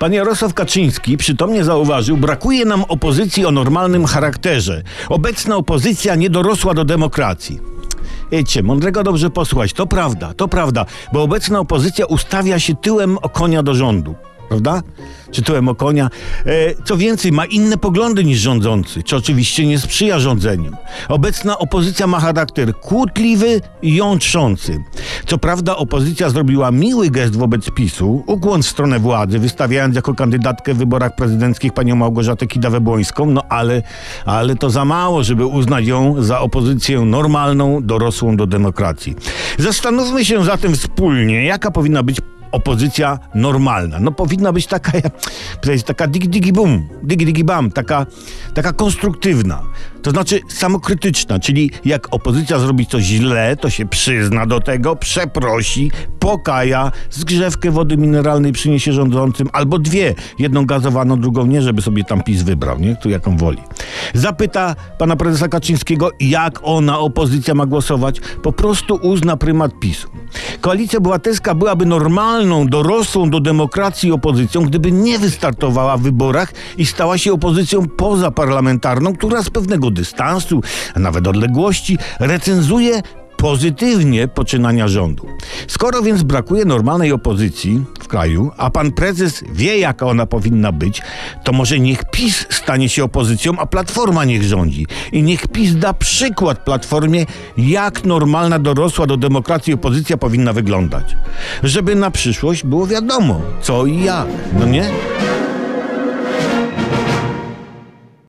Pan Jarosław Kaczyński przytomnie zauważył, brakuje nam opozycji o normalnym charakterze. Obecna opozycja nie dorosła do demokracji. Wiecie, mądrego dobrze posłuchać, to prawda, bo obecna opozycja ustawia się tyłem o konia do rządu. Prawda? Czy tyłem o konia? Co więcej, ma inne poglądy niż rządzący, co oczywiście nie sprzyja rządzeniu. Obecna opozycja ma charakter kłótliwy i jątrzący. Co prawda opozycja zrobiła miły gest wobec PiS-u, ukłon w stronę władzy, wystawiając jako kandydatkę w wyborach prezydenckich panią Małgorzatę Kidawę-Błońską, no ale to za mało, żeby uznać ją za opozycję normalną, dorosłą do demokracji. Zastanówmy się zatem wspólnie, jaka powinna być opozycja normalna. No powinna być taka digi-digi-bam, taka konstruktywna. To znaczy samokrytyczna, czyli jak opozycja zrobi coś źle, to się przyzna do tego, przeprosi, pokaja, zgrzewkę wody mineralnej przyniesie rządzącym, albo dwie, jedną gazowaną, drugą nie, żeby sobie tam PiS wybrał, nie? Tu jaką woli. Zapyta pana prezesa Kaczyńskiego, jak ona, opozycja, ma głosować. Po prostu uzna prymat PiS-u. Koalicja Obywatelska byłaby normalną, dorosłą do demokracji opozycją, gdyby nie wystartowała w wyborach i stała się opozycją pozaparlamentarną, która z pewnego dystansu, a nawet odległości recenzuje pozytywnie poczynania rządu. Skoro więc brakuje normalnej opozycji w kraju, a pan prezes wie, jaka ona powinna być, to może niech PiS stanie się opozycją, a Platforma niech rządzi. I niech PiS da przykład Platformie, jak normalna, dorosła do demokracji opozycja powinna wyglądać. Żeby na przyszłość było wiadomo, co i jak, no nie?